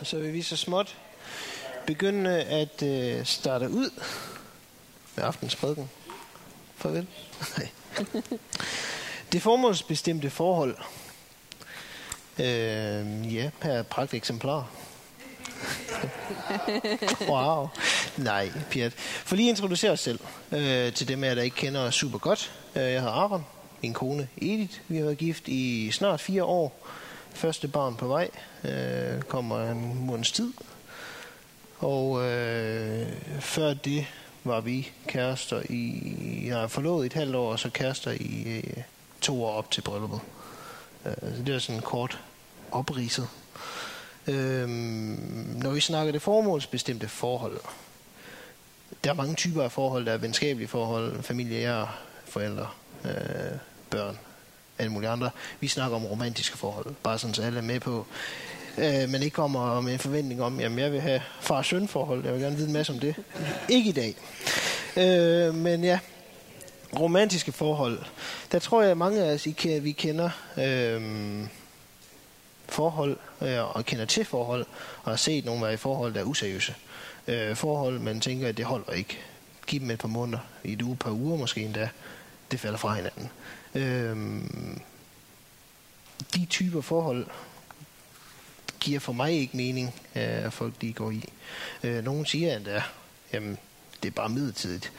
så vil vi så småt begynde at starte ud med aftens prædiken. Farvel. Det formålsbestemte forhold. Ja, her er et pragteksemplar. Wow. Nej, Piat. For lige at introducere os selv til dem af jer, der ikke kender os super godt. Jeg hedder Aron, min kone Edith. Vi har været gift i snart 4 år. Første barn på vej. Kommer en måneds tid. Og før det var vi kærester i... Jeg har forlovet i et halvt år, og så kærester i 2 år op til brylluppet. Så det er sådan kort opridset. Når vi snakker det formålsbestemte forhold, der er mange typer af forhold. Der er venskabelige forhold, familiære, forældre, børn, alle mulige andre. Vi snakker om romantiske forhold, bare sådan så alle er med på. Men ikke kommer med en forventning om, jamen jeg vil have far-søn forhold. Jeg vil gerne vide en masse om det. Ikke i dag. Men ja, romantiske forhold. Der tror jeg, at mange af os, vi kender forhold, og kender til forhold, og har set nogen være i forhold, der er useriøse. Forhold, man tænker, at det holder ikke. Giv dem et par måneder, i et par uger måske endda. Det falder fra hinanden. De typer forhold giver for mig ikke mening, at folk de går i. Nogen siger endda, jamen det er bare midlertidigt.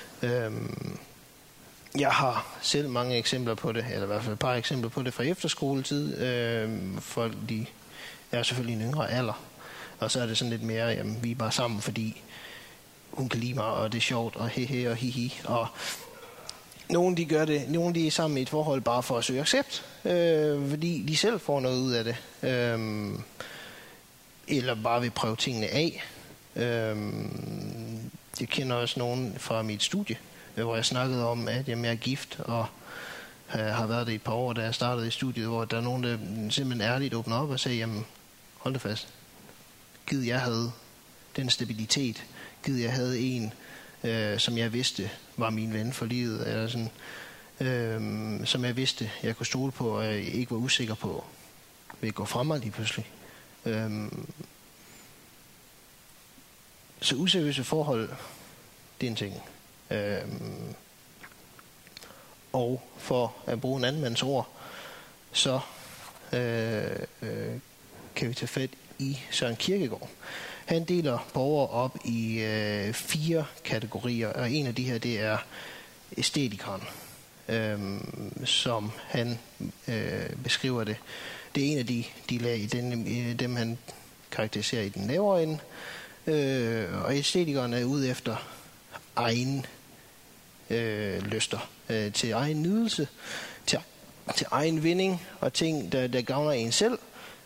Jeg har selv mange eksempler på det, eller i hvert fald et par eksempler på det fra efterskoletid. Folk de er selvfølgelig i en yngre alder, og så er det sådan lidt mere, jamen vi er bare sammen, fordi hun kan lide mig, og det er sjovt, og hehe og hihi. Og nogle de gør det, nogle de er sammen i et forhold bare for at søge accept, fordi de selv får noget ud af det, eller bare vil prøve tingene af. Jeg kender også nogen fra mit studie, hvor jeg snakkede om, at jeg er gift, og har været det i et par år, da jeg startede i studiet, hvor der er nogen, der simpelthen ærligt åbner op og siger, jamen hold da fast, gid jeg havde den stabilitet, gid jeg havde en, som jeg vidste var min ven for livet, eller sådan, som jeg vidste, jeg kunne stole på, og jeg ikke var usikker på, vil gå fra mig lige pludselig. Så useriøse forhold, det er en ting. Og for at bruge en anden mands ord, så kan vi tage fat i Søren Kierkegaard. Han deler borgere op i 4 kategorier, og en af de her, det er æstetikeren, som han beskriver det. Det er en af de lag i dem, han karakteriserer i den lavere ende. Og æstetikeren er ude efter egen lyster, til egen nydelse, til egen vinding og ting, der gavner en selv.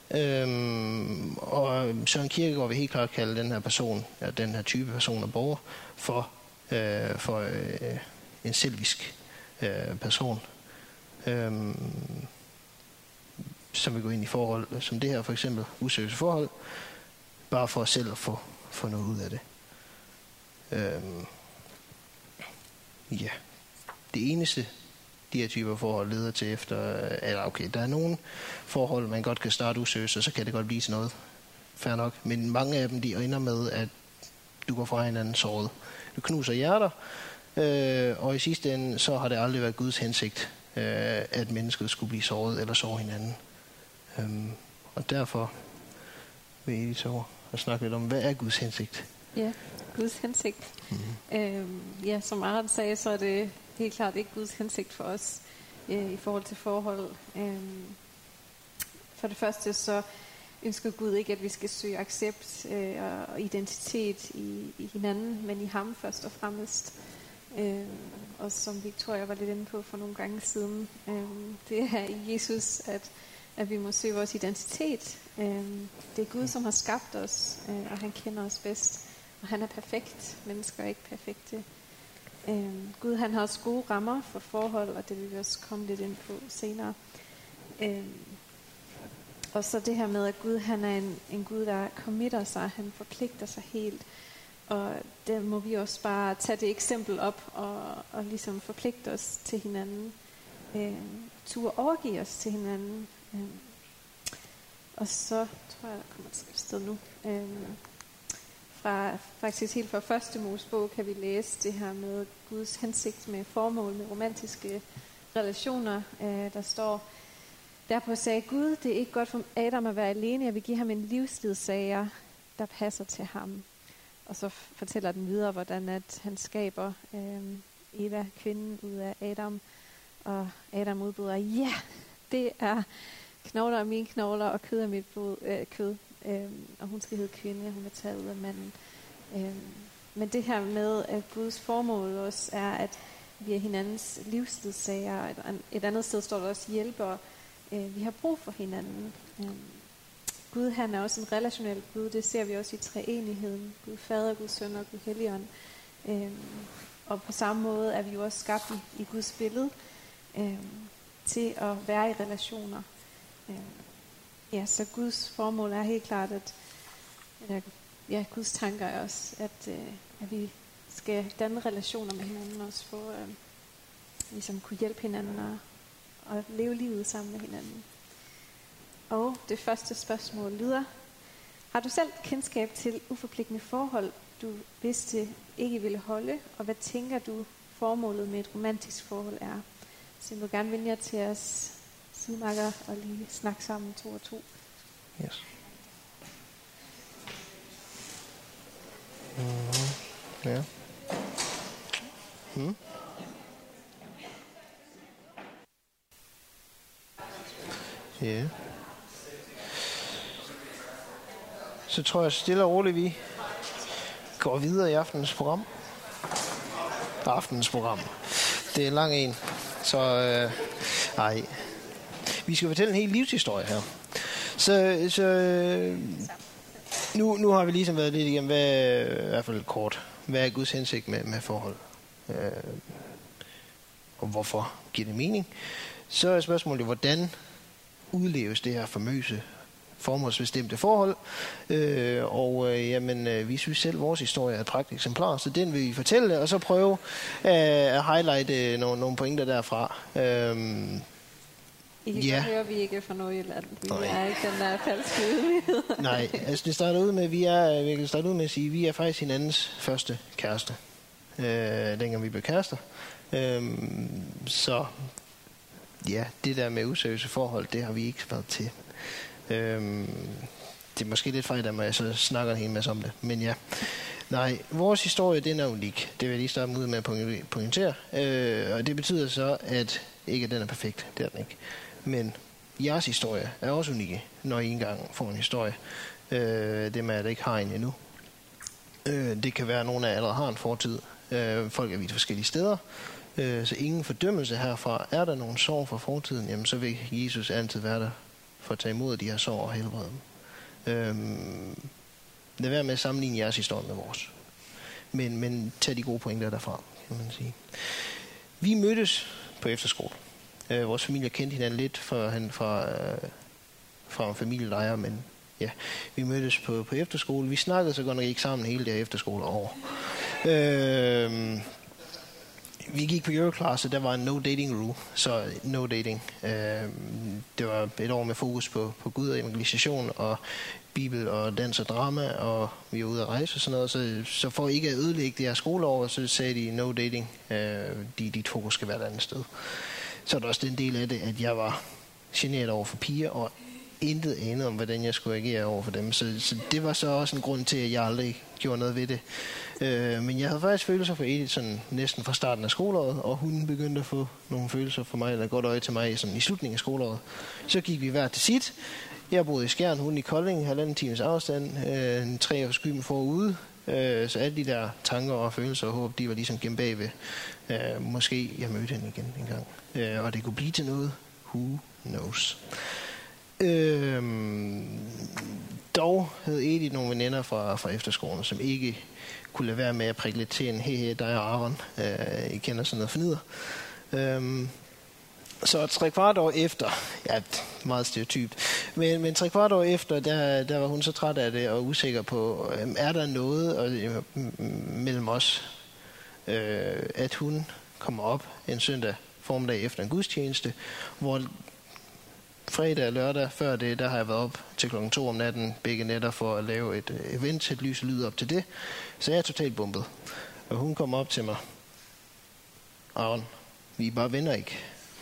Og Søren Kierkegaard vil helt klart kalde den her person, ja, den her type person og borger for en selvisk person, som vil gå ind i forhold som det her, for eksempel useriøse forhold, bare for selv at få noget ud af det. Ja, det eneste de her typer forhold leder til efter, eller okay, der er nogle forhold, man godt kan starte useriøst, og så kan det godt blive til noget. Fair nok. Men mange af dem, de ender med, at du går fra hinanden såret. Du knuser hjerter, og i sidste ende, så har det aldrig været Guds hensigt, at mennesket skulle blive såret eller såre hinanden. Og derfor vil jeg så og snakke lidt om, hvad er Guds hensigt? Ja, Guds hensigt. Ja, som Aron sagde, så er det helt klart ikke Guds hensigt for os i forhold til forhold. For det første så ønsker Gud ikke, at vi skal søge accept og identitet i hinanden, men i ham først og fremmest. Og som Victoria var lidt inde på for nogle gange siden, det er i Jesus, at vi må søge vores identitet. Det er Gud, som har skabt os, og han kender os bedst. Og han er perfekt. Mennesker er ikke perfekte. Gud, han har også gode rammer for forhold, og det vil vi også komme lidt ind på senere. Og så det her med, at Gud, han er en Gud, der committer sig, han forpligter sig helt. Og der må vi også bare tage det eksempel op og ligesom forpligte os til hinanden. Turde overgive os til hinanden. Og så tror jeg, der kommer et sted nu. Faktisk helt fra første Mosebog kan vi læse det her med Guds hensigt med formål med romantiske relationer. Der står: Derpå sagde Gud, det er ikke godt for Adam at være alene. Jeg vil give ham en livsledsager, der passer til ham. Og så fortæller den videre, hvordan at han skaber Eva, kvinden, ud af Adam. Og Adam udbryder: ja, det er knogler af mine knogler og kød af mit kød. Og hun skal hedde kvinde, hun er taget ud af manden. Men det her med, at Guds formål også er, at vi er hinandens livsledsager. Et andet sted står der også hjælpere. Vi har brug for hinanden. Gud, han er også en relationel Gud. Det ser vi også i treenigheden. Gud Fader, Gud Søn og Gud Helligånd. Og på samme måde er vi jo også skabt i Guds billede til at være i relationer. Så Guds formål er helt klart, at Guds tanker er også, at vi skal danne relationer med hinanden også for ligesom kunne hjælpe hinanden og leve livet sammen med hinanden. Og det første spørgsmål lyder: har du selv kendskab til uforpligtende forhold, du vidste ikke ville holde, og hvad tænker du formålet med et romantisk forhold er? Så jeg vil gerne vende jer til os sidemarker og lige snakke sammen 2 og 2. Yes. Ja. Ja. Så tror jeg stille og roligt, vi går videre i aftenens program. Det er en lang en. Så vi skal fortælle en hel livshistorie her. Så nu har vi ligesom været lidt igennem, i hvert fald kort, hvad er Guds hensigt med forhold? Og hvorfor giver det mening? Så er spørgsmålet, hvordan udleves det her famøse formålsbestemte forhold? Vi synes selv, at vores historie er et pragteksemplar, så den vil vi fortælle, og så prøve at highlighte nogle pointer derfra. I kan godt høre, at vi ikke er fra Nordjylland. Vi er ikke den der falske ydmyghed. Nej, altså det starter ud med, at sige, at vi er faktisk hinandens første kæreste. Dengang vi blev kærester. Så ja, det der med useriøse forhold, det har vi ikke været til. Det er måske lidt fejl, at jeg så snakker en hel masse om det. Men ja, nej, vores historie, den er unik. Det vil jeg lige starte ud med at pointere. Og det betyder så, at ikke at den er perfekt. Det er den ikke. Men jeres historie er også unikke, når I engang får en historie. Det med, at jeg ikke har en endnu. Det kan være, at nogen af jer allerede har en fortid. Folk er vidt forskellige steder. Så ingen fordømmelse herfra. Er der nogen sorg fra fortiden, jamen så vil Jesus altid være der for at tage imod de her sorg og helbrede dem. Lad være med at sammenligne jeres historie med vores. Men tag de gode pointer derfra, kan man sige. Vi mødtes på efterskole. Vores familie kendte hinanden lidt fra en familielejr, men ja, vi mødtes på efterskole. Vi snakkede så godt nok ikke sammen hele det her efterskoleår. Vi gik på Euroklasse, og der var en no dating rule, så no dating. Det var et år med fokus på Gud og evangelisation og bibel og dans og drama, og vi var ude at rejse og sådan noget. Så for ikke at ødelægge det her skoleår, så sagde de no dating. Dit fokus skal være et andet sted. Så er der også den del af det, at jeg var generet over for piger, og intet anede om, hvordan jeg skulle agere over for dem. Så det var så også en grund til, at jeg aldrig gjorde noget ved det. Men jeg havde faktisk følelser for Edith sådan næsten fra starten af skoleåret, og hun begyndte at få nogle følelser for mig, eller godt øje til mig sådan i slutningen af skoleåret. Så gik vi hver til sit. Jeg boede i Skjern, hun i Kolding, 1,5 times afstand, 3 års skyen forude. Så alle de der tanker og følelser og håb, de var ligesom gemt bagved. Måske jeg mødte hende igen en gang. Og det kunne blive til noget. Who knows? Dog havde Edith nogle veninder fra efterskolen, som ikke kunne lade være med at prikke lidt til en hey, dig og Aaron. I kender sådan noget fornider. Så 3/4 år efter, ja, meget stereotypt, men 3/4 år efter, der var hun så træt af det og usikker på, er der noget mellem os, at hun kommer op en søndag formiddag efter en gudstjeneste, hvor fredag og lørdag. Før det, der har jeg været op til klokken 2 om natten, begge nætter, for at lave et event, et lys og lyd op til det. Så jeg er totalt bumpet. Og hun kommer op til mig. Aron, vi er bare venner, ikke?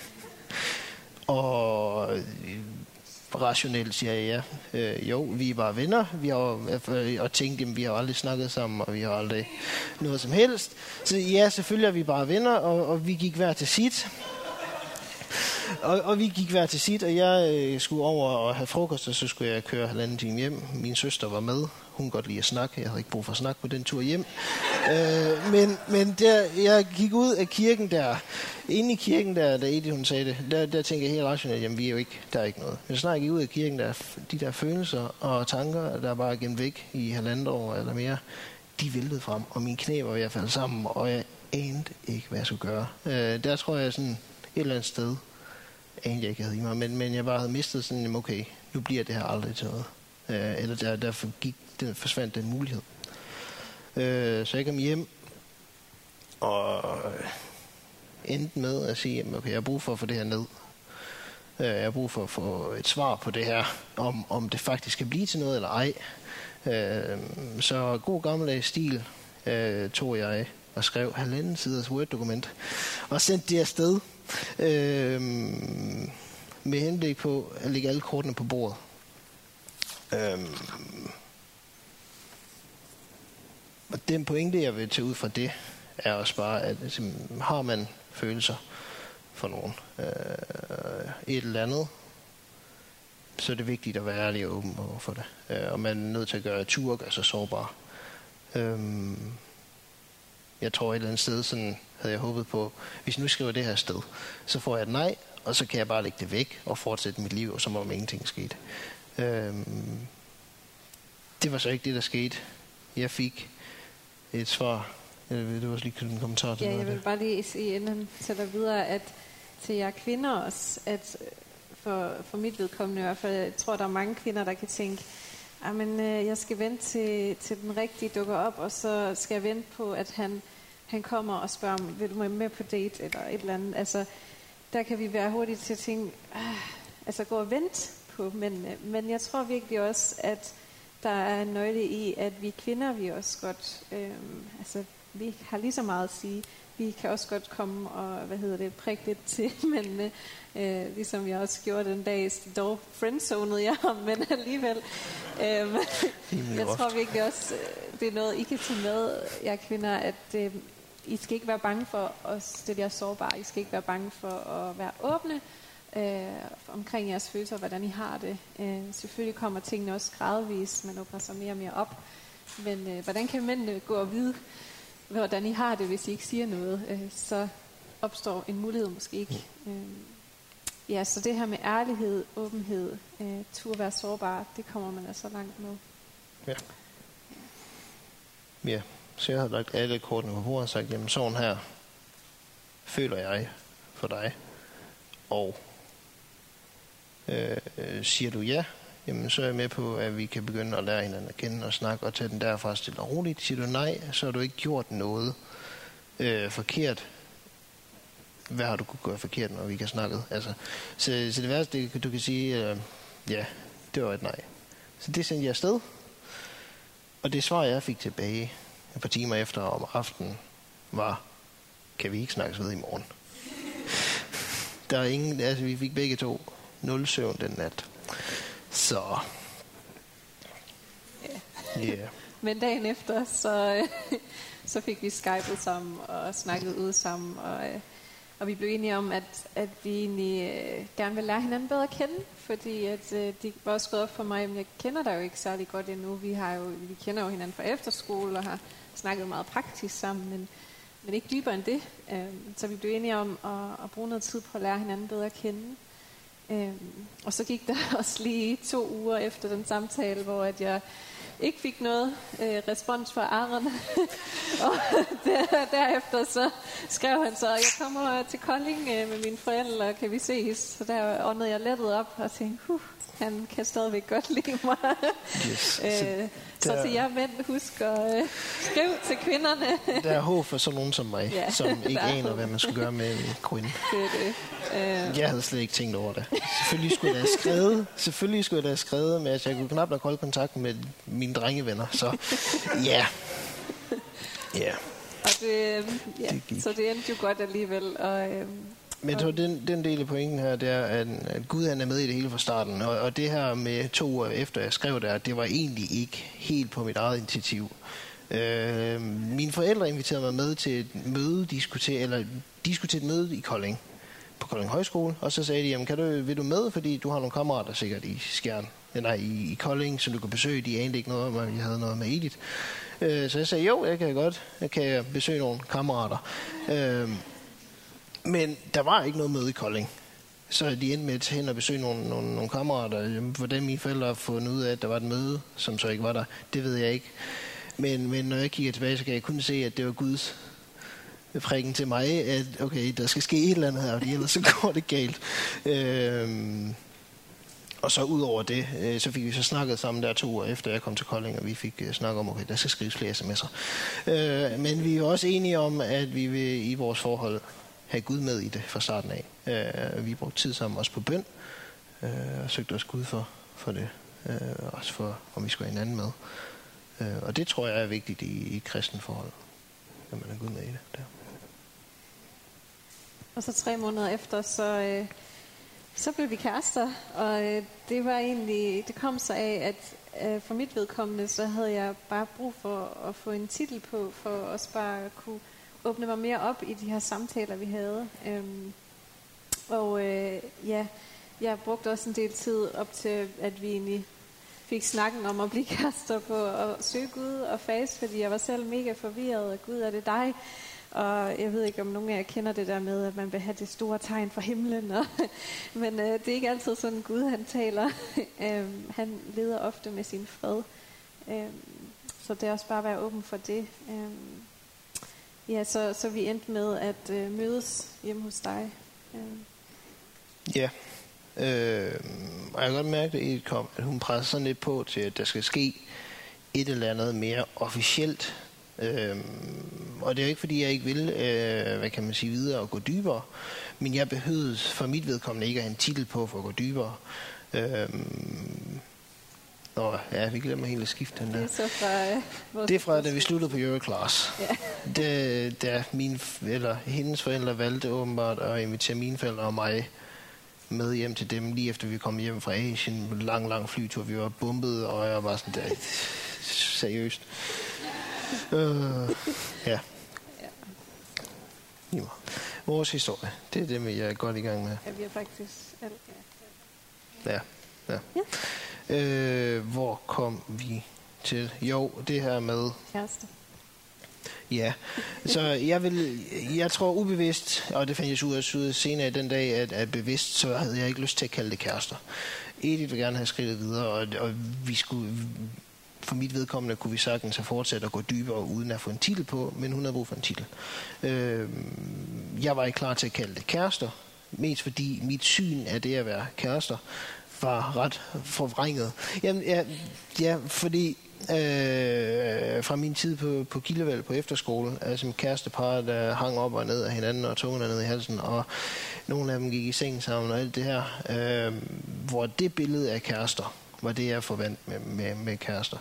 Og rationelt siger jeg ja. Jo, vi er bare venner. Vi har og tænkt, vi har aldrig snakket sammen, og vi har aldrig noget som helst. Så ja, selvfølgelig er vi bare venner, og vi gik hver til sit. Og vi gik hver til sit, og jeg skulle over og have frokost, og så skulle jeg køre 1,5 time hjem. Min søster var med. Hun kunne godt lide at snakke. Jeg havde ikke brug for at snakke på den tur hjem. Men der, jeg gik ud af kirken der. Inde i kirken der, da Edith hun sagde det, der tænkte jeg helt rationelt, jamen vi er jo ikke, der er ikke noget. Men snart gik ud af kirken, der de der følelser og tanker, der bare gemt væk i 1,5 år eller mere, de væltede frem, og mine knæ var ved at falde sammen, og jeg anede ikke, hvad jeg skulle gøre. Der tror jeg sådan et eller andet sted, anede jeg ikke havde i mig, men jeg bare havde mistet sådan, okay, nu bliver det her aldrig til noget. Eller derfor forsvandt den mulighed. Så jeg kom hjem, og endte med at sige, okay, jeg har brug for at få det her ned. Jeg har brug for at få et svar på det her, om det faktisk kan blive til noget eller ej. Så god gammeldags stil tog jeg og skrev 1,5 siders Word-dokument og sendte det afsted med henblik på at lægge alle kortene på bordet. Og den pointe, jeg vil tage ud fra det, er også bare, at har man følelser for nogen, et eller andet, så er det vigtigt at være ærlig og åben over for det. Og man er nødt til at gøre tur, gøre sig sårbar. Jeg tror et eller andet sted, sådan havde jeg håbet på, hvis nu skriver det her sted, så får jeg et nej, og så kan jeg bare lægge det væk og fortsætte mit liv, og som om ingenting skete. Det var så ikke det, der skete. Jeg fik et svar. Det var også lige en kommentar til ja, noget. Jeg vil bare lige sige, inden han sætter videre, at til jer kvinder også, at for mit vedkommende i hvert fald, jeg tror, der er mange kvinder, der kan tænke, jeg skal vente til den rigtige dukker op, og så skal jeg vente på, at han kommer og spørger, vil du med på date, eller et eller andet. Altså, der kan vi være hurtige til at tænke, gå og vente på, men jeg tror virkelig også, at der er en nøgle i, at vi kvinder, vi også godt, vi har lige så meget at sige. Vi kan også godt komme og, prikke lidt til, men ligesom jeg også gjorde den dag, dog friendzonede jeg ham, men alligevel. Jeg tror virkelig også, det er noget, I kan tage med, jer kvinder, at I skal ikke være bange for at stille jer sårbare. I skal ikke være bange for at være åbne omkring jeres følelser, hvordan I har det. Selvfølgelig kommer tingene også gradvist, man åbner sig mere og mere op. Men hvordan kan mændene gå og vide, hvordan I har det, hvis I ikke siger noget? Så opstår en mulighed måske ikke. Så det her med ærlighed, åbenhed, turde være sårbar, det kommer man altså langt med. Ja, så jeg har lagt alle kortene på bordet og sagt, jamen sådan her føler jeg for dig. Og siger du ja, jamen så er jeg med på, at vi kan begynde at lære hinanden at kende og snakke og tage den derfra stille og roligt. Siger du nej, så har du ikke gjort noget forkert. Hvad har du kunne gøre forkert, når vi kan snakke? Altså, så det værste, du kan sige, ja, det var et nej. Så det sendte jeg afsted. Og det svar, jeg fik tilbage et par timer efter om aftenen, var, kan vi ikke snakkes ved i morgen? Der er ingen, vi fik begge to 0 søvn den nat. Så. Yeah. Men dagen efter, så fik vi skypet sammen og snakket ud sammen, og vi blev enige om, at vi egentlig gerne vil lære hinanden bedre at kende, fordi at det var også gået op for mig, at jeg kender dig jo ikke særlig godt endnu. Vi kender jo hinanden fra efterskole og har snakket meget praktisk sammen, men ikke dybere end det. Så vi blev enige om at bruge noget tid på at lære hinanden bedre at kende. Og så gik der også lige 2 uger efter den samtale, hvor at jeg ikke fik noget respons fra Aron. Og derefter så skrev han så, jeg kommer til Kolding med mine forældre, kan vi ses? Så der åndede jeg lettet op og tænkte, han kan stadigvæk godt lide mig. Yes. Så til jer mænd, husk at skrive til kvinderne. Der er håb for sådan nogen som mig, Ja, som ikke aner, hvad man skal gøre med en kvinde. Det er det. Jeg havde slet ikke tænkt over det. Selvfølgelig skulle jeg da have skrevet, men jeg kunne knap nok holde kontakt med mine drengevenner. Så ja. Og så det endte jo godt alligevel. Men så den del af pointen her, det er, at Gud han er med i det hele fra starten. Og det her med 2 uger efter jeg skrev det var egentlig ikke helt på mit eget initiativ. Mine forældre inviterede mig med til et møde, de skulle til et møde i Kolding, på Kolding Højskole, og så sagde de, jamen vil du med, fordi du har nogle kammerater sikkert i Skjern, i Kolding, som du kan besøge. De anede ikke noget om, at vi havde noget med Edith. Så jeg sagde, jo, jeg kan besøge nogle kammerater. Men der var ikke noget møde i Kolding. Så de endte med at hen og besøge nogle kammerater. Hvordan mine forældre har fundet ud af, at der var et møde, som så ikke var der, det ved jeg ikke. Men når jeg kigger tilbage, så kan jeg kun se, at det var Guds prædiken til mig, at okay, der skal ske et eller andet her, fordi ellers så går det galt. Og så ud over det, så fik vi så snakket sammen der 2 uger efter jeg kom til Kolding, og vi fik snakket om, okay, der skal skrives flere sms'er. Men vi er også enige om, at vi vil i vores forhold have Gud med i det fra starten af. Vi brugte tid sammen også på bøn, og søgte os Gud for det. Også for, om vi skulle have hinanden med. Og det tror jeg er vigtigt i et kristen forhold, at man er Gud med i det. Der. Og så 3 måneder efter, så blev vi kærester, og det var egentlig, det kom så af, at for mit vedkommende, så havde jeg bare brug for at få en titel på, for også bare at kunne åbne mig mere op i de her samtaler, vi havde. Jeg brugte også en del tid op til, at vi egentlig fik snakken om at blive kærester på at søge Gud og faste, fordi jeg var selv mega forvirret. Gud, er det dig? Og jeg ved ikke, om nogen af jer kender det der med, at man vil have det store tegn fra himlen. Men det er ikke altid sådan, Gud han taler. Han leder ofte med sin fred. Så det er også bare at være åben for det. Så vi endte med at mødes hjemme hos dig. Ja. Og jeg kan godt mærke, at hun presser sådan lidt på til, at der skal ske et eller andet mere officielt. Og det er jo ikke, fordi jeg ikke vil, videre og gå dybere. Men jeg behøvede for mit vedkommende ikke at have en titel på for at gå dybere. Vi glemmer helt at skifte den der. Det er så fra... Det er fra, da vi sluttede på Euroclass. Ja. Da hendes forældre valgte åbenbart at invitere mine forældre og mig med hjem til dem, lige efter vi kom hjem fra Asien. Lang flytur, vi var bumpet, og jeg var sådan der, seriøst. Ja. Vores historie, det er det, jeg er godt i gang med. Ja, vi er faktisk... Ja. Hvor kom vi til? Jo, det her med... Kæreste. Ja, så jeg tror ubevidst, og det fandt jeg ud af senere den dag, at bevidst, så havde jeg ikke lyst til at kalde det kærester. Edith vil gerne have skridtet videre, og vi skulle... For mit vedkommende kunne vi sagtens have fortsat at gå dybere uden at få en titel på, men hun havde brug for en titel. Jeg var ikke klar til at kalde det kærester, mest fordi mit syn af det at være kærester var ret forvrænget. Jamen, ja, fordi fra min tid på Kildevæld på efterskole, altså kærestepar, der hang op og ned af hinanden og tungen ned i halsen, og nogle af dem gik i seng sammen og alt det her, hvor det billede af kærester var det, jeg forvandt med kærester.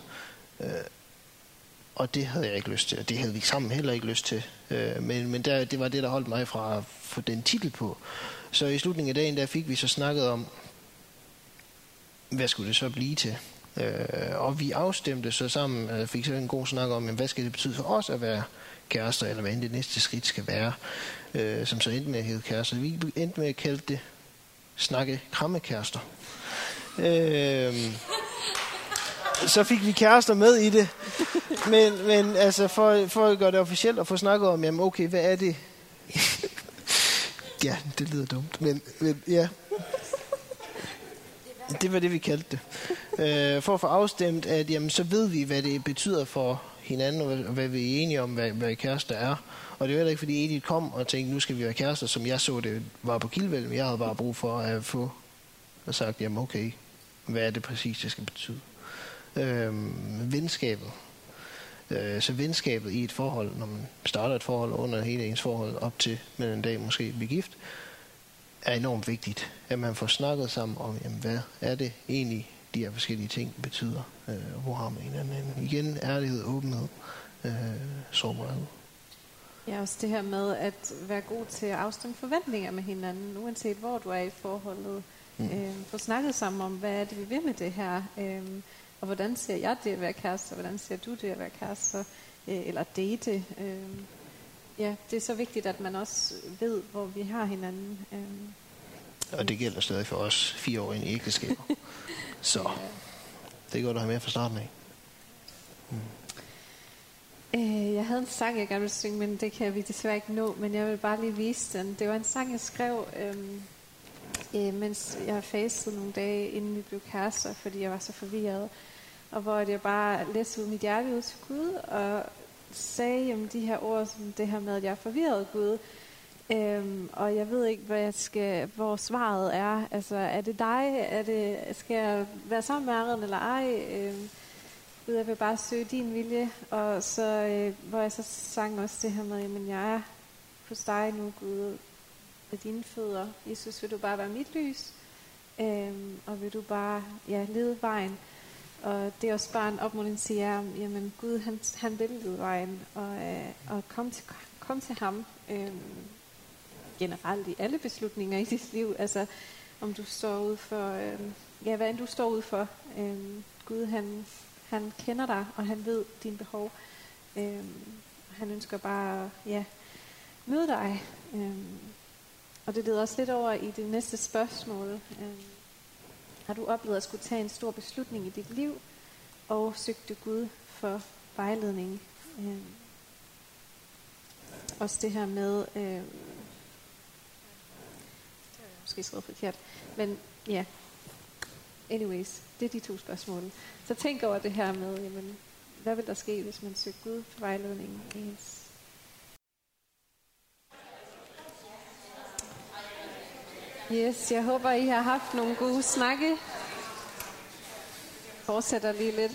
Og det havde jeg ikke lyst til, og det havde vi sammen heller ikke lyst til. Men det var det, der holdt mig fra at få den titel på. Så i slutningen af dagen, der fik vi så snakket om, hvad skulle det så blive til? Og vi afstemte så sammen, fik så en god snak om, hvad skal det betyde for os at være kærester, eller hvad end det næste skridt skal være, som så endte med at hedde kærester. Vi endte med at kalde det snakke krammekærester. Så fik vi kærester med i det. Men altså for at gøre det officielt og få snakket om, jamen okay, hvad er det? Ja, det lyder dumt, men ja. Det Det var det, vi kaldte det. For at få afstemt, at jamen, så ved vi, hvad det betyder for hinanden, og hvad vi er enige om, hvad kærester er. Og det er heller ikke, fordi Edith kom og tænkte, nu skal vi være kærester, som jeg så det var på Kildevælden. Jeg havde bare brug for at få og sagt, jamen okay, hvad er det præcis, det skal betyde. Venskabet. Så venskabet i et forhold, når man starter et forhold under hele ens forhold op til, men en dag måske bliver gift, er enormt vigtigt, at man får snakket sammen om, jamen, hvad er det egentlig, de her forskellige ting betyder. Hvor har man hinanden? Igen, ærlighed, åbenhed, sårbarhed. Ja, også det her med at være god til at afstemme forventninger med hinanden, uanset hvor du er i forholdet. Få snakket sammen om, hvad er det, vi vil med det her, og hvordan ser jeg det at være kæreste, og hvordan ser du det at være kæreste, eller date. Ja, det er så vigtigt, at man også ved, hvor vi har hinanden. Og det gælder stadig for os 4 år ind i ægteskaber. Så det er godt at have med fra starten af. Jeg havde en sang, jeg gerne ville synge, men det kan vi desværre ikke nå, men jeg vil bare lige vise den. Det var en sang, jeg skrev, mens jeg fastede nogle dage, inden vi blev kærester, fordi jeg var så forvirret. Og hvor jeg bare læste ud mit hjerte ud til Gud, og sagde jamen, de her ord, som det her med, at jeg er forvirret, Gud. Og jeg ved ikke, hvor svaret er. Altså, er det dig? Skal jeg være sammen med Aaron eller ej? Gud, jeg vil bare søge din vilje. Og så, hvor jeg så sang også det her med, jamen jeg er hos dig nu, Gud, ved dine fødder. Jesus, vil du bare være mit lys? Og vil du bare lede vejen? Og det er også bare en opmuntring til jer, jamen Gud, han vil lede vejen, og kom til ham. Generelt i alle beslutninger i dit liv, altså om du står ud for, hvad end du står ud for. Gud, han kender dig, og han ved dine behov. Han ønsker bare møde dig. Og det leder også lidt over i det næste spørgsmål. Har du oplevet at skulle tage en stor beslutning i dit liv, og søgte Gud for vejledning? Også det her med, måske skrevet forkert, men ja, anyways, det er de 2 spørgsmål. Så tænk over det her med, jamen, hvad vil der ske, hvis man søger Gud for vejledning? Yes, jeg håber, I har haft nogle gode snakke. Fortsætter lige lidt.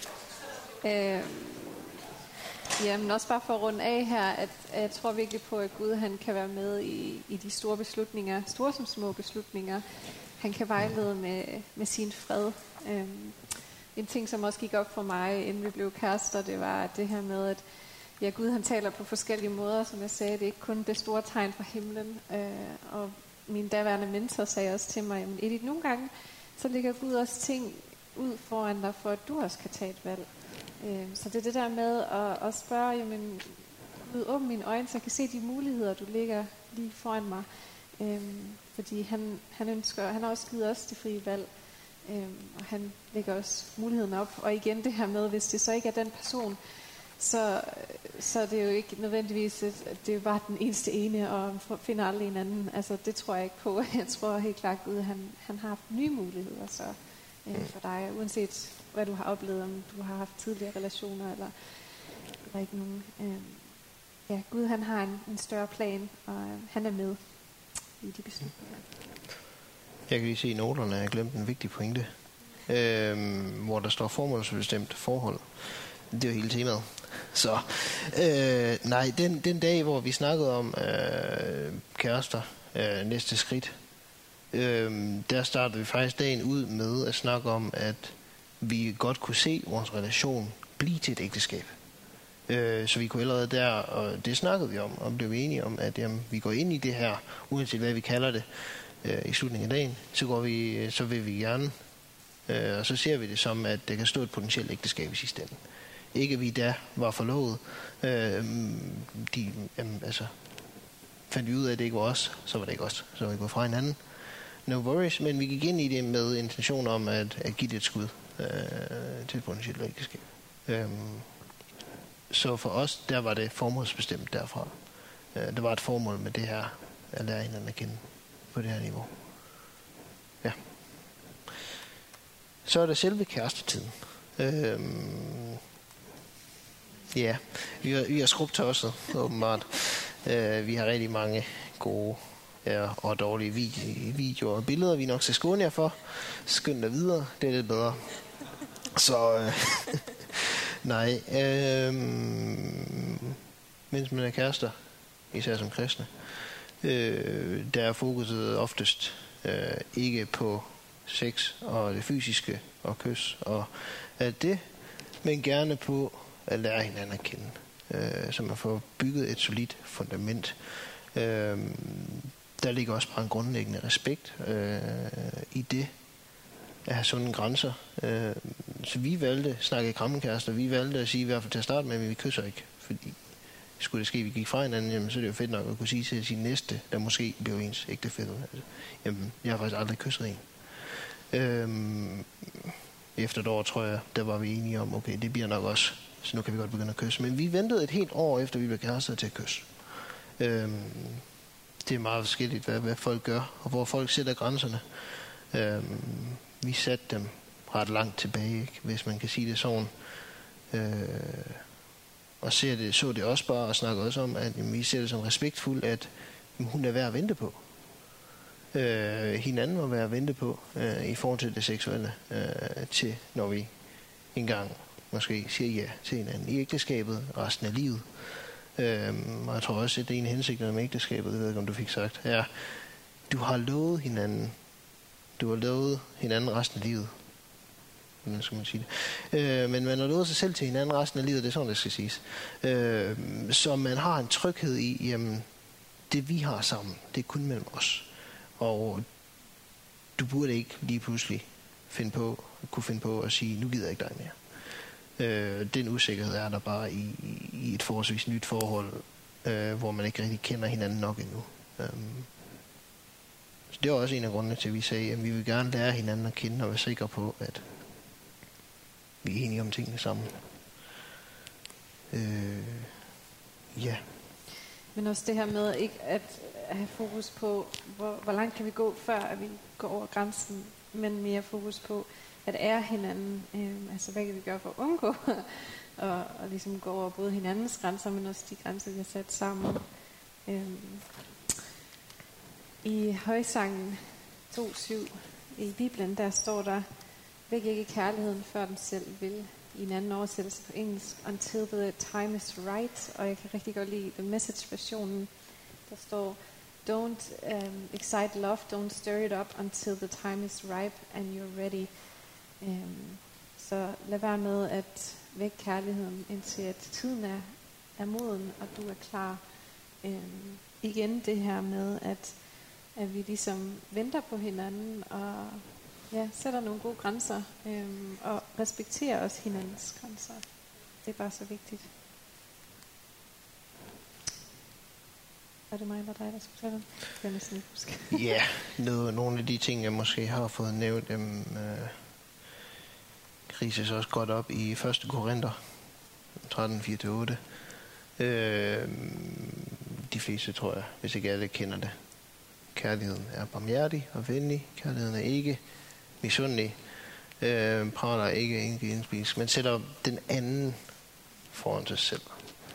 Jamen også bare for at runde af her, at jeg tror virkelig på, at Gud han kan være med i de store beslutninger, store som små beslutninger. Han kan vejlede med sin fred. En ting, som også gik op for mig, inden vi blev kærester, det var det her med, at Gud han taler på forskellige måder, som jeg sagde. Det er ikke kun det store tegn fra himlen. Og min daværende mentor sagde også til mig, jamen Edith, nogle gange, så ligger Gud også ting ud foran dig, for at du også kan tage et valg. Så det er det der med at spørge, jamen Gud, åbn mine øjne, så jeg kan se de muligheder, du ligger lige foran mig. Fordi han har også givet os det frie valg, og han lægger også muligheden op. Og igen det her med, hvis det så ikke er den person, så er det jo ikke nødvendigvis, at det er bare den eneste ene, og finder aldrig en anden. Altså det tror jeg ikke på. Jeg tror helt klart, Gud han har haft nye muligheder så, for dig, uanset hvad du har oplevet, om du har haft tidligere relationer, eller ikke nogen. Gud han har en større plan, og han er med i de beslutninger. Jeg kan lige se i noterne, at jeg glemte en vigtig pointe, hvor der står formålsbestemt forhold. Det er jo hele temaet. Så nej, den dag, hvor vi snakkede om kærester, næste skridt, der startede vi faktisk dagen ud med at snakke om, at vi godt kunne se vores relation blive til et ægteskab. Så vi kunne allerede der, og det snakkede vi om, og blev enige om, at jamen, vi går ind i det her, uanset hvad vi kalder det, i slutningen af dagen, så vil vi gerne, og så ser vi det som, at det kan stå et potentielt ægteskab i sidste ende. Ikke at vi da var forlovet, fandt vi ud af, at det ikke var os, så var det ikke os, så var vi gået fra hinanden. No worries, men vi gik ind i det med intention om at give det et skud til et potentielt ægteskab. Så for os, der var det formålsbestemt derfra. Der var et formål med det her, at lære hinanden at kende på det her niveau. Ja. Så er der selve kærestetiden. Ja, vi har skrubtosset, åbenbart. Vi har rigtig mange gode og dårlige videoer og billeder, vi nok skal skåne jer for. Skynd dig videre, det er lidt bedre. Så nej, mens man er kærester, især som kristne, der er fokuset oftest ikke på sex og det fysiske og kys og alt det, men gerne på at lære hinanden at kende, så man får bygget et solidt fundament. Der ligger også bare en grundlæggende respekt i det at have sunde grænser. Så vi valgte, snakke krammelkærester, vi valgte at sige i hvert fald til at starte med, at vi kysser ikke, fordi skulle det ske, at vi gik fra hinanden, jamen, så er det jo fedt nok at kunne sige til sin næste, der måske bliver ens ægtefælle. Altså, jamen, jeg har faktisk aldrig kysset en. Efter et år, tror jeg, der var vi enige om, okay, det bliver nok også, så nu kan vi godt begynde at kysse. Men vi ventede et helt år efter, vi blev kærester, til at kysse. Det er meget forskelligt, hvad folk gør, og hvor folk sætter grænserne. Vi satte dem ret langt tilbage, ikke? Hvis man kan sige det sådan. Og så det også bare og snakker også om, at vi ser det som respektfuldt, at hun er værd at vente på. Hinanden var værd at vente på i forhold til det seksuelle, til når vi engang måske siger ja til hinanden i ægteskabet resten af livet. Og jeg tror også, at det er en hensigt med ægteskabet, det ved jeg ikke, om du fik sagt, er, du har lovet hinanden resten af livet. Hvordan skal man sige det? Men man har lovet sig selv til hinanden resten af livet, det er sådan, det skal siges. Så man har en tryghed i, jamen, det vi har sammen, det er kun mellem os. Og du burde ikke lige pludselig kunne finde på at sige, nu gider jeg ikke dig mere. Den usikkerhed er der bare i et forholdsvis nyt forhold, hvor man ikke rigtig kender hinanden nok endnu. Så det var også en af grundene til, at vi sagde, at vi vil gerne lære hinanden at kende og være sikre på, at vi er enige om tingene sammen. Ja. Men også det her med ikke at have fokus på, hvor langt kan vi gå, før at vi går over grænsen, men mere fokus på at ære hinanden. Altså hvad kan vi gøre for at undgå og ligesom gå over både hinandens grænser, men også de grænser, vi har sat sammen. I højsangen 2:7 i Bibelen, der står der, væk ikke kærligheden, før den selv vil. I en anden oversættelse på engelsk, until the time is right. Og jeg kan rigtig godt lide The Message-versionen. Der står, don't excite love, don't stir it up until the time is ripe and you're ready. Så lad være med at vække kærligheden, indtil at tiden er moden, og du er klar. Igen det her med, at vi ligesom venter på hinanden, og sætter nogle gode grænser, og respekterer også hinandens grænser. Det er bare så vigtigt. Er det mig eller dig, der skulle tage den? Det kan jeg næsten ikke huske. Ja, nogle af de ting, jeg måske har fået nævnt, krises også godt op i 1. Korinther 13:4-8. De fleste, tror jeg, hvis ikke alle kender det. Kærligheden er barmhjertig og venlig. Kærligheden er ikke misundelig. Praler ikke indspist, men sætter den anden foran sig selv.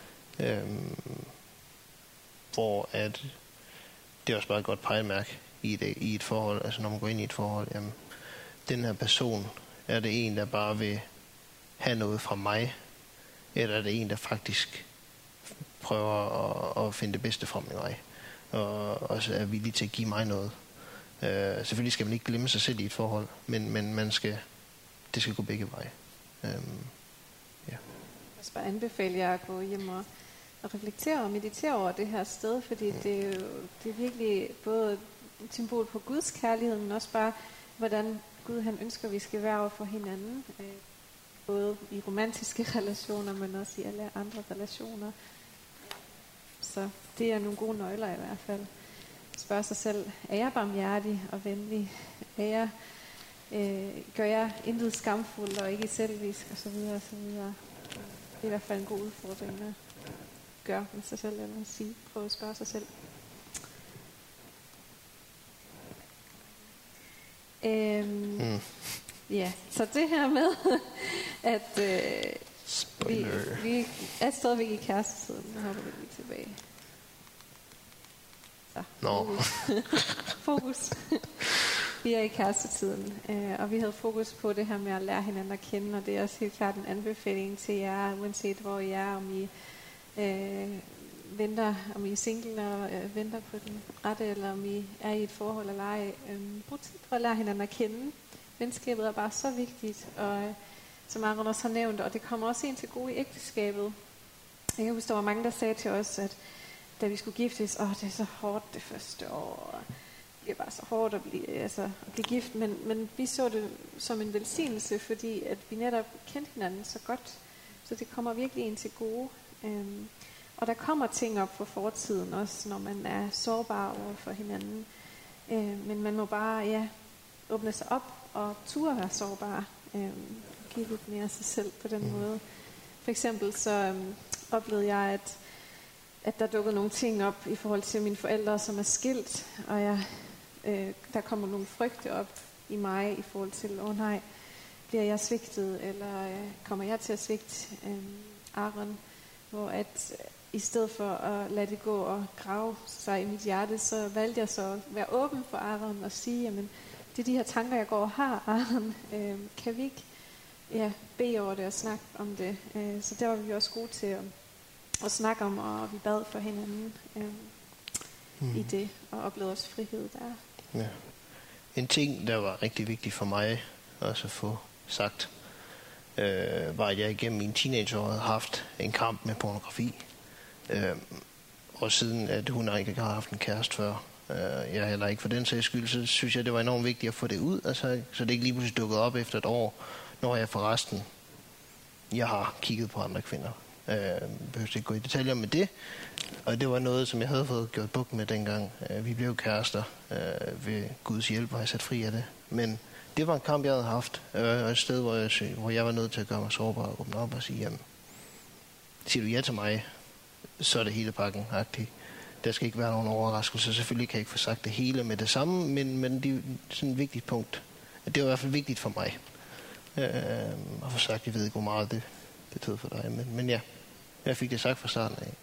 Hvor at det er også bare et godt pejlemærke i et forhold. Altså når man går ind i et forhold, jamen, den her person, er det en, der bare vil have noget fra mig, eller er det en, der faktisk prøver at finde det bedste fra mig, og også er villig til at give mig noget. Selvfølgelig skal man ikke glemme sig selv i et forhold, men det skal gå begge veje. Ja. Jeg skal bare anbefale jer at gå hjem og reflektere og meditere over det her sted, fordi det er virkelig både et symbol på Guds kærlighed, men også bare, hvordan Gud han ønsker, at vi skal være over for hinanden. Både i romantiske relationer, men også i alle andre relationer. Så det er nogle gode nøgler i hvert fald. Spørg sig selv, er jeg barmhjertig og venlig? Gør jeg intet skamfuldt og ikke selvvisk og så videre og så videre. Det er i hvert fald en god udfordring at gøre med sig selv, eller at sige. Prøv at spørge sig selv. Ja, så det her med, at vi er stadigvæk i kærestetiden. Nu hopper vi lige tilbage. Så, fokus. Vi er i kærestetiden, og vi havde fokus på det her med at lære hinanden at kende, og det er også helt klart en anbefaling til jer, uanset hvor I er, om I venter, om I er single og venter på den rette, eller om I er i et forhold eller ej. Brug tid på at lære hinanden at kende. Venskabet er bare så vigtigt, og som Aron også har nævnt, og det kommer også ind til gode i ægteskabet. Jeg kan huske, der var mange, der sagde til os, at da vi skulle giftes, det er så hårdt det første år, det er bare så hårdt at blive gift, men vi så det som en velsignelse, fordi at vi netop kendte hinanden så godt, så det kommer virkelig ind til gode. Og der kommer ting op for fortiden også, når man er sårbar over for hinanden. Men man må bare åbne sig op og turde være sårbar. Give lidt mere af sig selv på den måde. For eksempel så oplevede jeg, at der dukkede nogle ting op i forhold til mine forældre, som er skilt. Og der kommer nogle frygte op i mig i forhold til, nej, bliver jeg svigtet, eller kommer jeg til at svigte Aron? Hvor at i stedet for at lade det gå og grave sig i mit hjerte, så valgte jeg så at være åben for Aron og sige, jamen, det er de her tanker, jeg går og har, Aron. Kan vi ikke bede over det og snakke om det? Så der var vi også gode til at snakke om, og vi bad for hinanden i det, og oplevede også frihed der. Ja. En ting, der var rigtig vigtig for mig også at få sagt, var, at jeg igennem mine teenageår havde haft en kamp med pornografi. Og siden at hun ikke har haft en kæreste før, jeg heller ikke for den sags skyld, så synes jeg, det var enormt vigtigt at få det ud, altså, så det ikke lige pludselig dukkede op efter et år, når jeg forresten, jeg har kigget på andre kvinder. Behøver ikke gå i detaljer med det, og det var noget, som jeg havde fået gjort bugt med dengang. Vi blev kærester ved Guds hjælp, var jeg sat fri af det. Men det var en kamp, jeg havde haft, og et sted, hvor jeg var nødt til at gøre mig sårbar og åbne op og sige, jamen, siger du ja til mig, så er det hele pakken-agtigt. Der skal ikke være nogen overraskelse. Selvfølgelig kan jeg ikke få sagt det hele med det samme, men det er sådan et vigtigt punkt. Det var i hvert fald vigtigt for mig. Og for sagt, jeg ved ikke, hvor meget det betød for dig. Men ja, jeg fik det sagt fra starten af.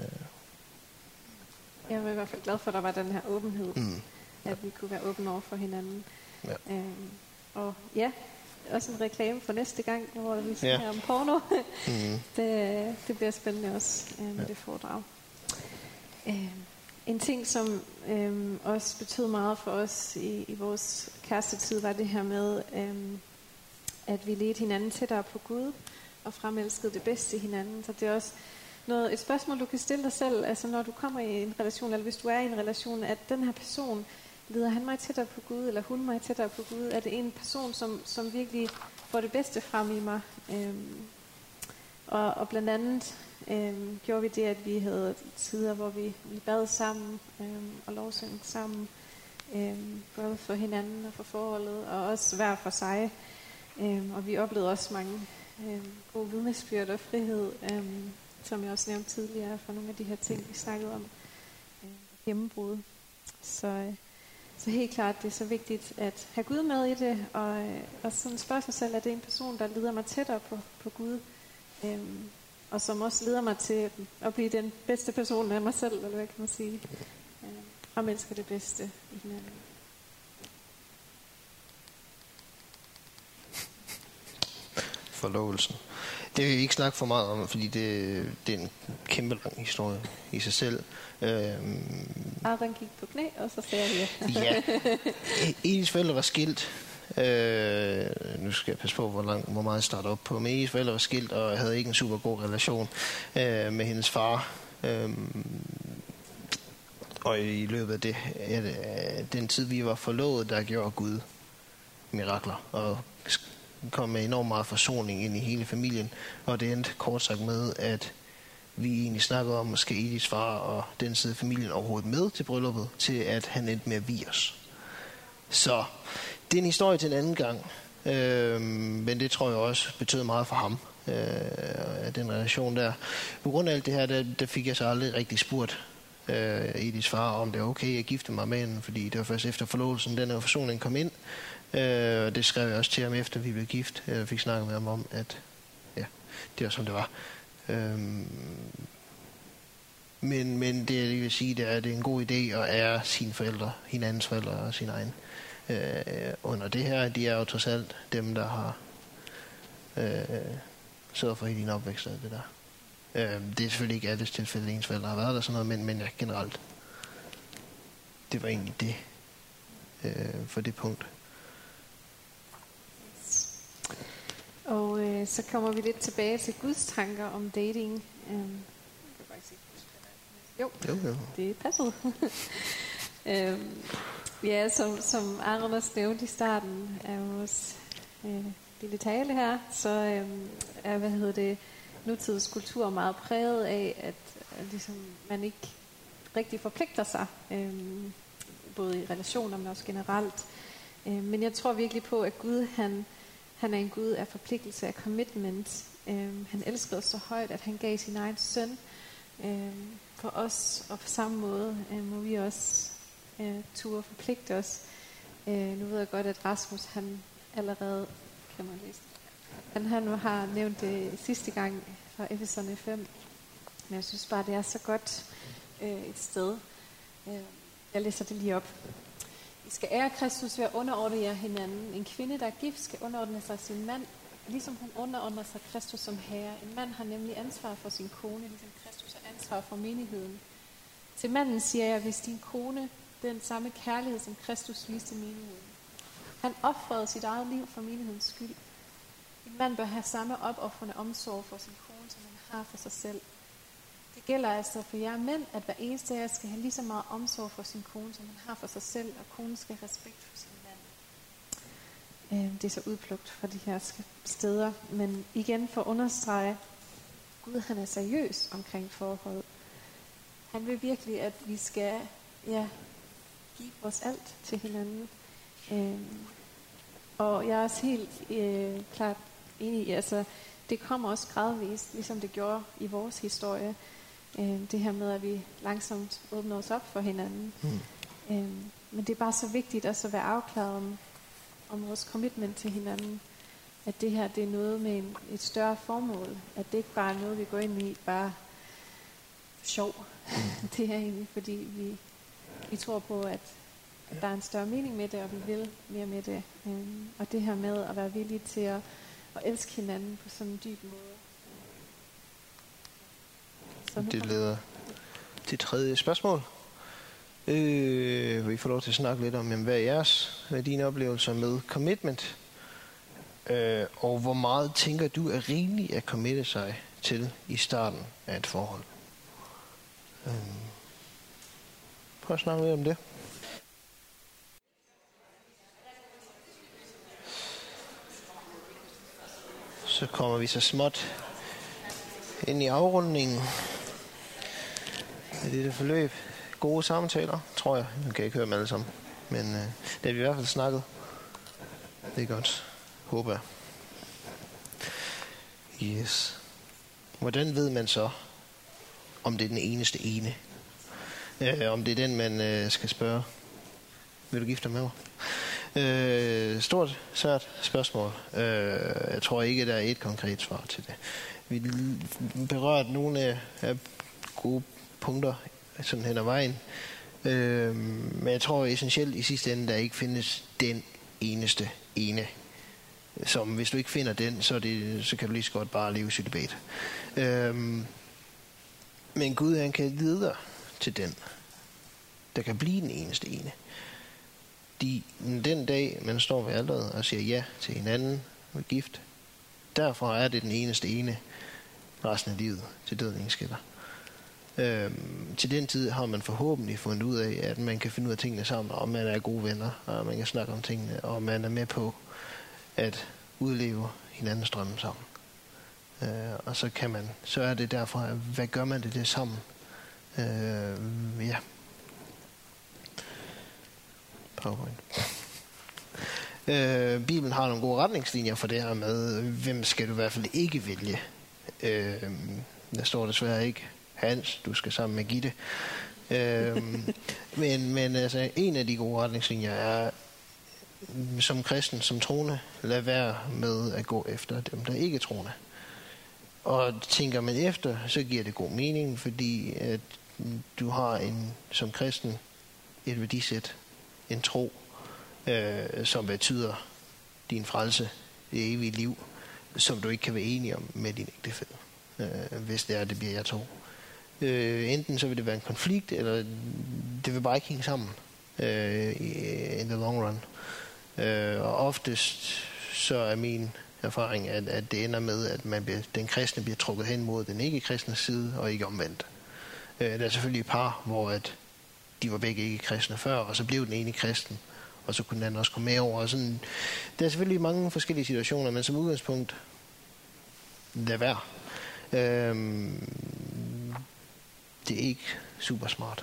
Jeg var i hvert fald glad for, at der var den her åbenhed. At vi kunne være åbne over for hinanden. Ja. Og ja, også en reklame for næste gang, hvor vi skal have om porno. Det bliver spændende også med det foredrag. En ting, som også betød meget for os i vores kærestetid, var det her med, at vi ledte hinanden tættere på Gud, og fremelskede det bedste i hinanden. Så det er også et spørgsmål, du kan stille dig selv, altså når du kommer i en relation, eller hvis du er i en relation, at den her person, leder han mig tættere på Gud, eller hun mig tættere på Gud? Er det en person, som virkelig får det bedste frem i mig? Og blandt andet gjorde vi det, at vi havde tider, hvor vi bad sammen og lovsang sammen, både for hinanden og for forholdet, og også hver for sig. Og vi oplevede også mange gode vidnesbyrd og frihed, som jeg også nævnte tidligere, for nogle af de her ting, vi snakkede om. Gennembrud. Så helt klart, det er så vigtigt at have Gud med i det, og sådan spørge sig selv, er det en person, der leder mig tættere på Gud, og som også leder mig til at blive den bedste person af mig selv, eller hvad kan man sige, og elsker det bedste i hinanden. Forlovelsen. Det vil vi ikke snakke for meget om, fordi det er en kæmpe lang historie i sig selv. Aron gik på knæ, og så sagde jeg ja. Edis forældre var skilt. Nu skal jeg passe på, hvor meget jeg starter op på. Men Edis forældre var skilt, og havde ikke en super god relation med hendes far. Og i løbet af den tid, vi var forlovet, der gjorde Gud mirakler. Og kom med enormt meget forsoning ind i hele familien, og det endte kort sagt med, at vi egentlig snakkede om, skal Edis far og den side af familien overhovedet med til brylluppet, til at han endte med at vie os. Så det er en historie til en anden gang, men det tror jeg også betød meget for ham, den relation der. På grund af alt det her, der fik jeg så aldrig rigtig spurgt Edis far, om det er okay at gifte mig med hende, fordi det var først efter forlovelsen, den her forsoning kom ind. Og det skrev jeg også til ham efter vi blev gift. Jeg fik snakket med ham om, at ja, det var som det var. Men det jeg vil sige, det er, at det er en god idé at ære sine forældre, hinandens forældre og sin egen. Under det her, de er jo trods alt dem, der har sørget for hele din opvækst og det der. Det er selvfølgelig ikke alles tilfælde, ens forældre har været der sådan noget, men ja, generelt. Det var egentlig det for det punkt. Og så kommer vi lidt tilbage til Guds tanker om dating. Jo, det passede. Ja, som Aron også nævnte i starten af vores lille tale her, så er nutidens kultur meget præget af, at ligesom, man ikke rigtig forpligter sig, både i relationer, men også generelt. Men jeg tror virkelig på, at Gud, han er en Gud af forpligtelse, af commitment. Han elskede os så højt, at han gav sin egen søn for os, og på samme måde må vi også turde forpligte os. Nu ved jeg godt, at Rasmus, han allerede, kan man læse det? Han har nævnt det sidste gang fra Efeserne 5, men jeg synes bare, det er så godt et sted. Jeg læser det lige op. I skal ære Kristus ved at underordne jer hinanden. En kvinde, der er gift, skal underordne sig sin mand, ligesom hun underordner sig Kristus som herre. En mand har nemlig ansvar for sin kone, ligesom Kristus har ansvar for menigheden. Til manden siger jeg, hvis din kone den samme kærlighed, som Kristus viste menigheden. Han ofrede sit eget liv for menighedens skyld. En mand bør have samme opoffrende omsorg for sin kone, som han har for sig selv. Det gælder altså for jer mænd, at hver eneste af jer skal have lige så meget omsorg for sin kone, som han har for sig selv, og konen skal have respekt for sin mand. Det er så udplugt fra de her steder, men igen for at understrege, Gud han er seriøs omkring forhold. Han vil virkelig, at vi skal give os alt til hinanden. Og jeg er også helt klart enig i, altså det kommer også gradvist, ligesom det gjorde i vores historie. Det her med, at vi langsomt åbner os op for hinanden. Men det er bare så vigtigt også at være afklaret om vores commitment til hinanden. At det her, det er noget med et større formål. At det ikke bare er noget, vi går ind i bare sjov. Det er egentlig, fordi vi tror på, at der er en større mening med det, og vi vil mere med det. Og det her med at være villige til at elske hinanden på sådan en dyb måde. Det leder til tredje spørgsmål. Vi får lov til at snakke lidt om, hvad er dine oplevelser med commitment? Og hvor meget tænker du er rimeligt at committe sig til i starten af et forhold? Prøv at snakke lidt om det. Så kommer vi så småt ind i afrundingen af dette forløb. Gode samtaler, tror jeg. Nu kan jeg ikke høre dem alle sammen. Men det har vi i hvert fald snakket. Det er godt. Håber jeg. Yes. Hvordan ved man så, om det er den eneste ene? Om det er den, man skal spørge. Vil du gifte dig med mig? Stort, svært spørgsmål. Jeg tror ikke, der er et konkret svar til det. Vi berørte nogle af gode punkter sådan hen ad vejen. Men jeg tror essentielt i sidste ende, der ikke findes den eneste ene. Som hvis du ikke finder den, så kan du lige så godt bare leve celibat. Men Gud, han kan lede dig til den, der kan blive den eneste ene. Den dag, man står ved alderet og siger ja til hinanden og gift, derfor er det den eneste ene resten af livet, til døden ingen skiller. Til den tid har man forhåbentlig fundet ud af, at man kan finde ud af tingene sammen, og man er gode venner, og man kan snakke om tingene, og man er med på at udleve hinandens drømme sammen. Og så er det derfor, hvad gør man det sammen? PowerPoint. Bibelen har nogle gode retningslinjer for det her med, hvem skal du i hvert fald ikke vælge. Der står desværre ikke Hans, du skal sammen med Gitte. Men altså, en af de gode retningslinjer er, som kristen, som troende, lad være med at gå efter dem, der ikke er troende. Og tænker man efter, så giver det god mening, fordi at du har som kristen et værdisæt, en tro, som betyder din frelse, det evige liv, som du ikke kan være enig om med din ægtefælle, hvis det bliver jer to. Enten så vil det være en konflikt, eller det vil bare ikke hænge sammen in the long run. Og oftest så er min erfaring, at det ender med, at den kristne bliver trukket hen mod den ikke-kristne side, og ikke omvendt. Der er selvfølgelig et par, hvor at de var begge ikke kristne før, og så blev den ene kristen, og så kunne den anden også komme med over. Og sådan, der er selvfølgelig mange forskellige situationer, men som udgangspunkt, lad være. Det er ikke super smart.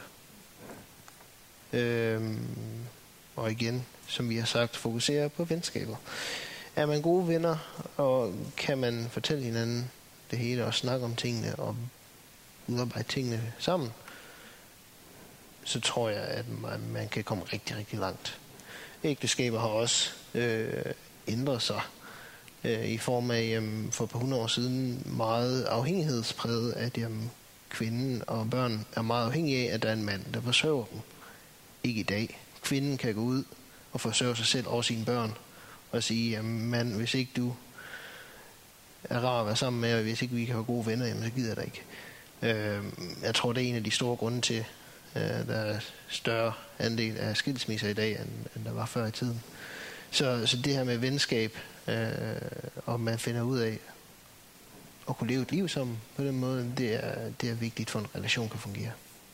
Og igen, som vi har sagt, fokusere på venskaber. Er man gode venner, og kan man fortælle hinanden det hele, og snakke om tingene, og udarbejde tingene sammen, så tror jeg, at man kan komme rigtig, rigtig langt. Ægteskaber har også ændret sig i form af, for et par 100 år siden, meget afhængighedspræget, at kvinden og børn er meget afhængige af, at der er en mand, der forsørger dem. Ikke i dag. Kvinden kan gå ud og forsørge sig selv og sine børn, og sige, mand, hvis ikke du er rar at være sammen med, og hvis ikke vi kan have gode venner, jamen, så gider jeg da ikke. Jeg tror, det er en af de store grunde til, der er større andel af skilsmisser i dag, end der var før i tiden. Så det her med venskab, og man finder ud af at kunne leve et liv sammen på den måde, det er vigtigt for en relation kan fungere.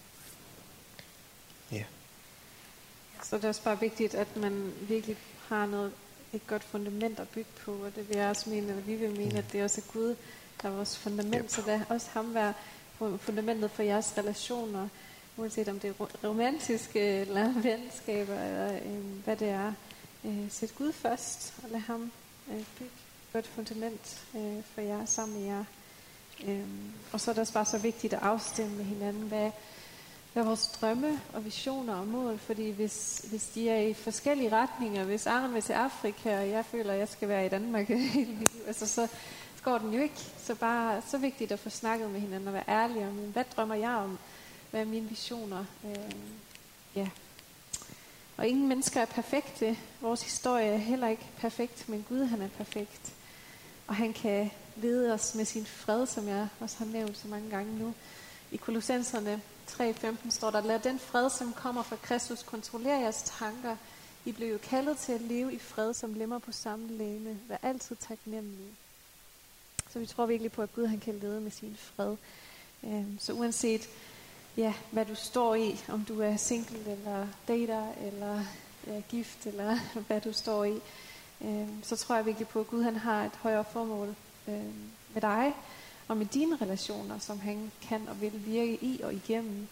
Ja. Så det er også bare vigtigt, at man virkelig har et godt fundament at bygge på, og det vil jeg også mene, eller vi vil mene, at det også er Gud, der er vores fundament, yep. Så det er også ham være fundamentet for jeres relationer, uanset om det er romantiske eller venskaber, eller hvad det er. Sæt Gud først, og lad ham bygge et godt fundament for jer, sammen med jer. Og så er det også bare så vigtigt at afstemme med hinanden, hvad vores drømme og visioner og mål, fordi hvis de er i forskellige retninger, hvis Aron vil til Afrika, og jeg føler, at jeg skal være i Danmark hele mit liv, altså så går den jo ikke. Så bare så vigtigt at få snakket med hinanden og være ærlige om, hvad drømmer jeg om, hvad er mine visioner. Ja. Og ingen mennesker er perfekte. Vores historie er heller ikke perfekt, men Gud han er perfekt. Og han kan lede os med sin fred, som jeg også har nævnt så mange gange nu. I Kolossenserne 3:15 står der, lad den fred, som kommer fra Kristus, kontrollere jeres tanker. I blev jo kaldet til at leve i fred, som lemmer på samme legeme. Vær altid taknemmelige. Så vi tror virkelig på, at Gud han kan lede med sin fred. Så uanset hvad du står i, om du er single eller dater eller gift eller hvad du står i, så tror jeg virkelig på, at Gud han har et højere formål med dig og med dine relationer, som han kan og vil virke i og igennem.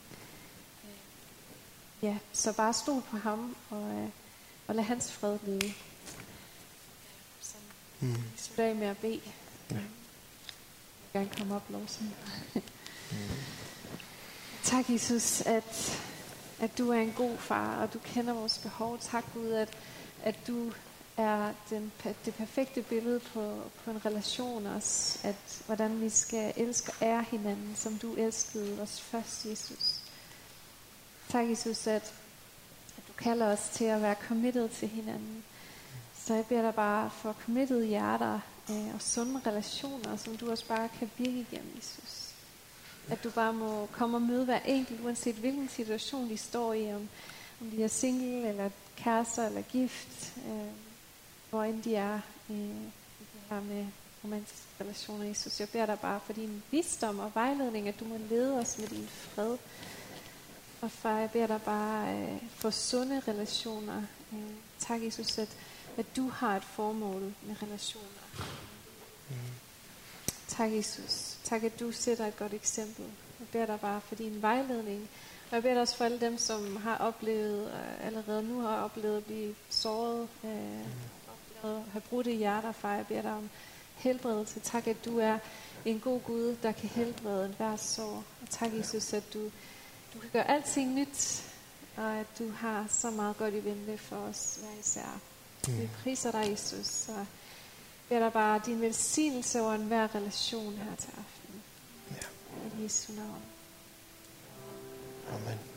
Så bare stol på ham og lad hans fred lede. Så slutter af med at bede. Jeg vil gerne komme op, lovsang. Tak, Jesus, at du er en god far, og du kender vores behov. Tak, Gud, at du er det perfekte billede på en relation også. At hvordan vi skal elske og ære hinanden, som du elskede os først, Jesus. Tak, Jesus, at du kalder os til at være committed til hinanden. Så jeg beder dig bare for committed hjerter og sunde relationer, som du også bare kan virke igennem, Jesus. At du bare må komme og møde hver enkelt, uanset hvilken situation de står i, om de er single, eller kærester, eller gift, hvor end de er i det her med romantiske relationer, Jesus. Jeg beder dig bare for din visdom og vejledning, at du må lede os med din fred. Og far, jeg beder dig bare for sunde relationer. Tak, Jesus, at du har et formål med relationer. Tak, Jesus. Tak, at du sætter et godt eksempel. Jeg beder dig bare for din vejledning. Og jeg beder dig også for alle dem, som har oplevet, allerede nu har oplevet at blive såret, oplevet at have brudte hjerter, far. Jeg beder dig om helbredelse. Tak, at du er en god Gud, der kan helbrede enhver sår. Og tak, Jesus, at du kan gøre alting nyt, og at du har så meget godt i vente for os hver især. Vi priser dig, Jesus, og beder dig bare din velsignelse over enhver relation her til aften. Ja. I Jesu navn. Amen.